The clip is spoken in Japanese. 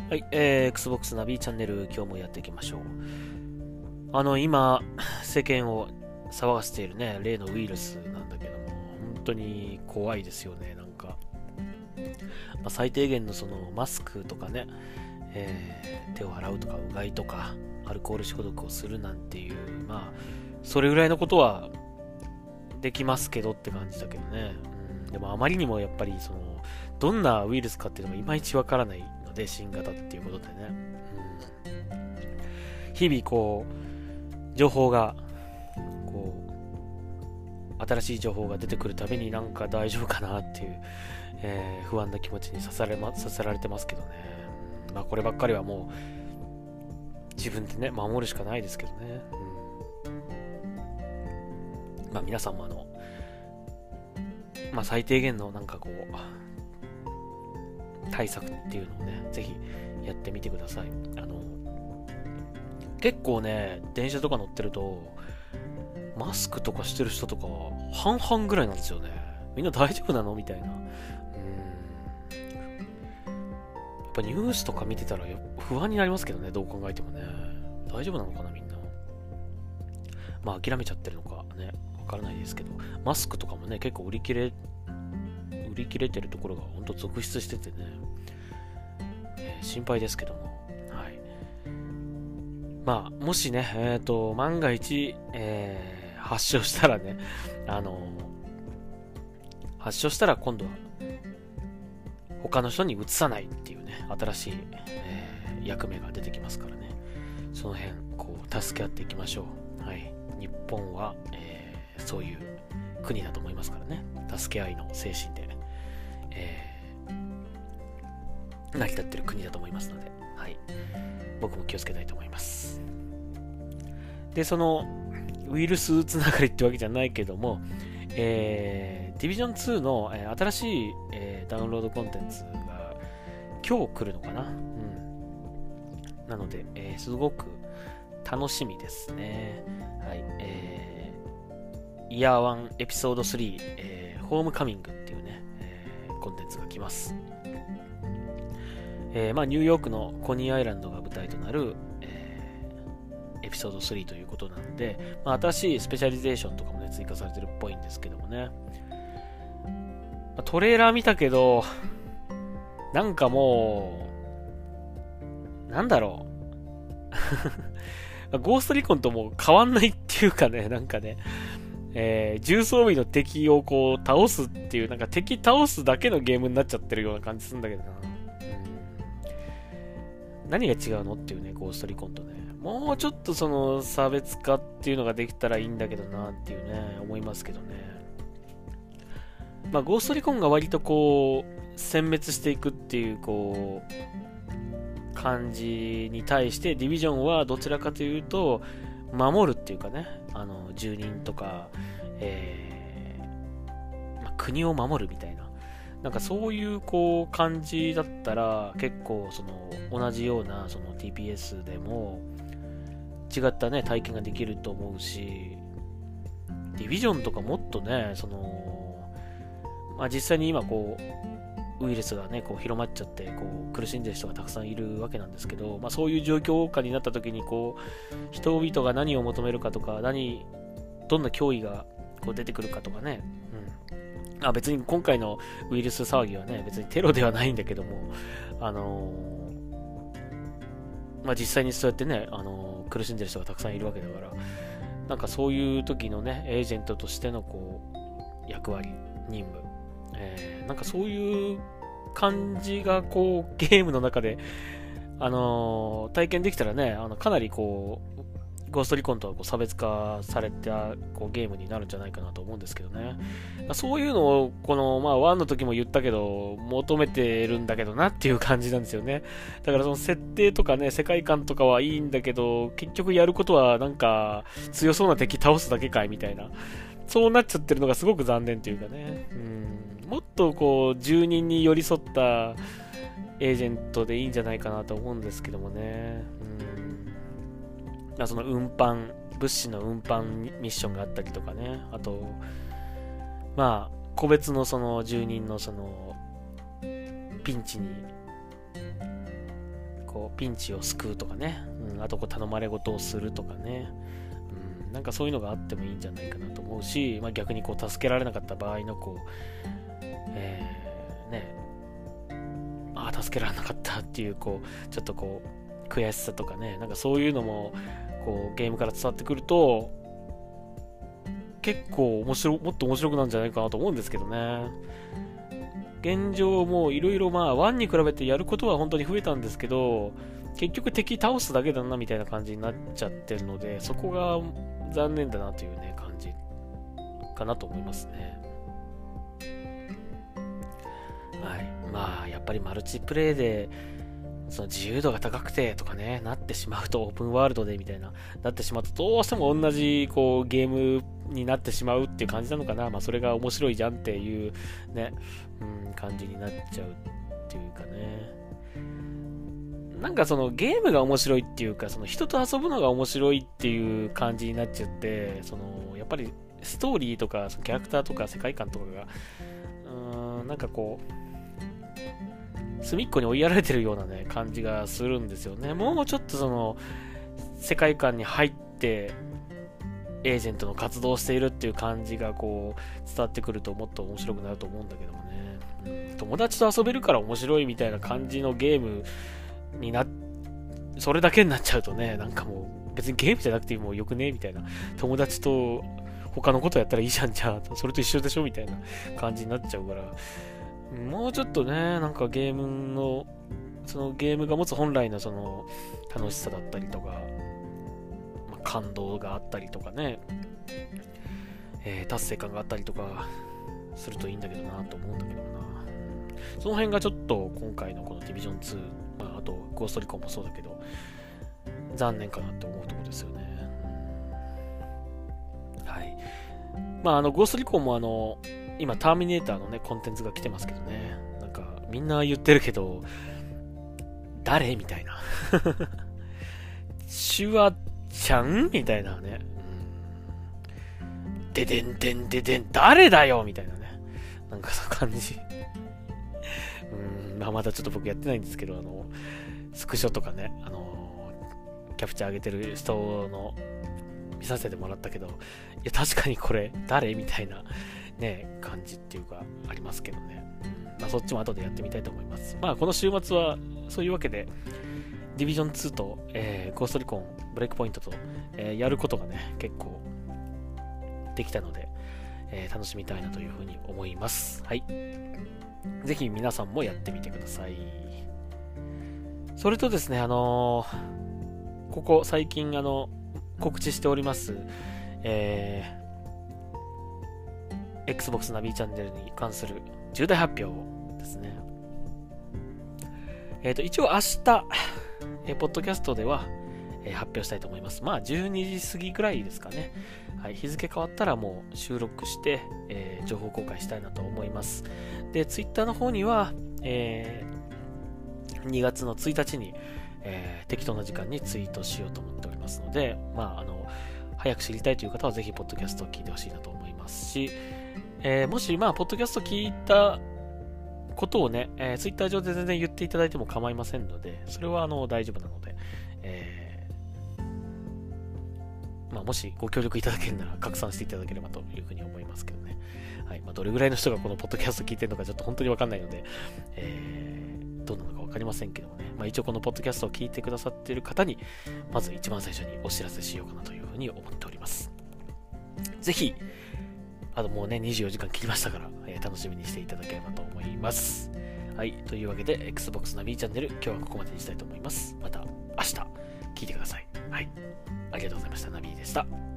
はい、Xbox ナビチャンネル、今日もやっていきましょう。今、世間を騒がせているね、例のウイルスなんだけども、本当に怖いですよね、なんか。最低限のそのマスクとかね、手を洗うとか、うがいとか、アルコール消毒をするなんていう、それぐらいのことはできますけどって感じだけどね。でもあまりにもやっぱりどんなウイルスかっていうのがいまいちわからないので、新型っていうことでね。日々情報が、新しい情報が出てくるたびになんか大丈夫かなっていう、不安な気持ちにさせられてますけどね。こればっかりはもう、自分でね、守るしかないですけどね。皆さんも最低限の対策っていうのをね、ぜひやってみてください。結構ね、電車とか乗ってると、マスクとかしてる人とか、半々ぐらいなんですよね。みんな大丈夫なのみたいな。やっぱニュースとか見てたら不安になりますけどね、どう考えてもね。大丈夫なのかな、みんな。諦めちゃってるのかね、わからないですけど、マスクとかもね、結構売り切れてるところが本当続出しててね、心配ですけども、はい。もしね、万が一、発症したらね、発症したら今度は他の人に移さないっていうね、新しい、役目が出てきますからね、その辺助け合っていきましょう。はい。日本は、そういう国だと思いますからね、助け合いの精神で、成り立ってる国だと思いますので、はい。僕も気をつけたいと思います。で、ウイルスつながりってわけじゃないけども、ディビジョン2の、新しい、ダウンロードコンテンツが今日来るのかな。なので、すごく楽しみですね。はい。イヤー1エピソード3、ホームカミングっていうね、コンテンツが来ます。ニューヨークのコニーアイランドが舞台となる、エピソード3ということなので、新しいスペシャリゼーションとかもね、追加されてるっぽいんですけどもね。トレーラー見たけど、なんかもう、なんだろう。ゴーストリコンともう変わんないっていうかね、なんかね、重装備の敵を倒すっていう、なんか敵倒すだけのゲームになっちゃってるような感じするんだけどな。何が違うのっていうね、ゴーストリコンとね。もうちょっと差別化っていうのができたらいいんだけどなっていうね、思いますけどね。ゴーストリコンが割と殲滅していくっていう感じに対して、ディビジョンはどちらかというと、守るっていうかね、住人とか、国を守るみたいな。なんかそういう感じだったら結構同じようなTPS でも違ったね体験ができると思うし、ディビジョンとかもっとね実際に今ウイルスがね広まっちゃって苦しんでる人がたくさんいるわけなんですけど、そういう状況下になった時に人々が何を求めるかとかどんな脅威が出てくるかとかね、別に今回のウイルス騒ぎはね、別にテロではないんだけども、実際にそうやってね、苦しんでる人がたくさんいるわけだから、なんかそういう時のね、エージェントとしての役割、任務、なんかそういう感じがゲームの中で、体験できたらね、かなりゴーストリコンとは差別化されたゲームになるんじゃないかなと思うんですけどね。そういうのを1の時も言ったけど求めてるんだけどなっていう感じなんですよね。だから設定とかね世界観とかはいいんだけど、結局やることはなんか強そうな敵倒すだけかいみたいな、そうなっちゃってるのがすごく残念というかね。もっと住人に寄り添ったエージェントでいいんじゃないかなと思うんですけどもね。物資の運搬ミッションがあったりとかね。あと、個別の住人のピンチにこうピンチを救うとかね、あとこう頼まれ事をするとかね、なんかそういうのがあってもいいんじゃないかなと思うし、逆にこう助けられなかった場合のこう、助けられなかったっていうこうちょっとこう悔しさとかね、なんかそういうのもこうゲームから伝わってくると結構もっと面白くなるんじゃないかなと思うんですけどね。現状もういろいろ1に比べてやることは本当に増えたんですけど、結局敵倒すだけだなみたいな感じになっちゃってるので、そこが残念だなというね感じかなと思いますね。はい。やっぱりマルチプレイでその自由度が高くてとかねなってしまうと、オープンワールドでみたいななってしまうと、どうしても同じこうゲームになってしまうっていう感じなのかな。それが面白いじゃんっていうね、感じになっちゃうっていうかね。なんかそのゲームが面白いっていうか、その人と遊ぶのが面白いっていう感じになっちゃって、そのやっぱりストーリーとかそのキャラクターとか世界観とかがなんかこう隅っこに追いやられてるようなね感じがするんですよね。もうちょっとその世界観に入ってエージェントの活動しているっていう感じがこう伝わってくるともっと面白くなると思うんだけどもね、友達と遊べるから面白いみたいな感じのゲームにそれだけになっちゃうとね、なんかもう別にゲームじゃなくてもよくねみたいな、友達と他のことやったらいいじゃん、じゃあそれと一緒でしょみたいな感じになっちゃうから、もうちょっとね、なんかゲームのそのゲームが持つ本来のその楽しさだったりとか、感動があったりとかね、達成感があったりとかするといいんだけどなと思うんだけどな。その辺がちょっと今回のこのディビジョン2、あとゴーストリコンもそうだけど残念かなって思うところですよね。はい。ゴーストリコンも今ターミネーターのねコンテンツが来てますけどね、なんかみんな言ってるけど誰みたいなシュワちゃんみたいなね、ででんでんででん誰だよみたいなね、なんかそう感じまだちょっと僕やってないんですけど、スクショとかね、キャプチャー上げてる人の見させてもらったけど、いや確かにこれ誰みたいなね感じっていうかありますけどね、そっちも後でやってみたいと思います。この週末はそういうわけでディビジョン2と、ゴーストリコンブレイクポイントと、やることがね結構できたので、楽しみたいなというふうに思います。はい、ぜひ皆さんもやってみてください。それとですね、ここ最近告知しております、Xbox ナビチャンネルに関する重大発表ですね。一応明日、ポッドキャストでは、発表したいと思います。12時過ぎぐらいですかね。はい、日付変わったらもう収録して、情報公開したいなと思います。で、Twitter の方には、2月の1日に、適当な時間にツイートしようと思っておりますので、早く知りたいという方はぜひポッドキャストを聞いてほしいなと思いますし、もしポッドキャスト聞いたことをね、ツイッター上で全然言っていただいても構いませんので、それは大丈夫なので、もしご協力いただけるなら拡散していただければというふうに思いますけどね。はい、どれぐらいの人がこのポッドキャスト聞いてるのかちょっと本当にわかんないので、どうなのかわかりませんけどもね、一応このポッドキャストを聞いてくださっている方にまず一番最初にお知らせしようかなというふうに思っております。ぜひもうね24時間切りましたから、楽しみにしていただければと思います。はい、というわけで Xbox ナビチャンネル今日はここまでにしたいと思います。また明日聞いてください。はい、ありがとうございました。ナビでした。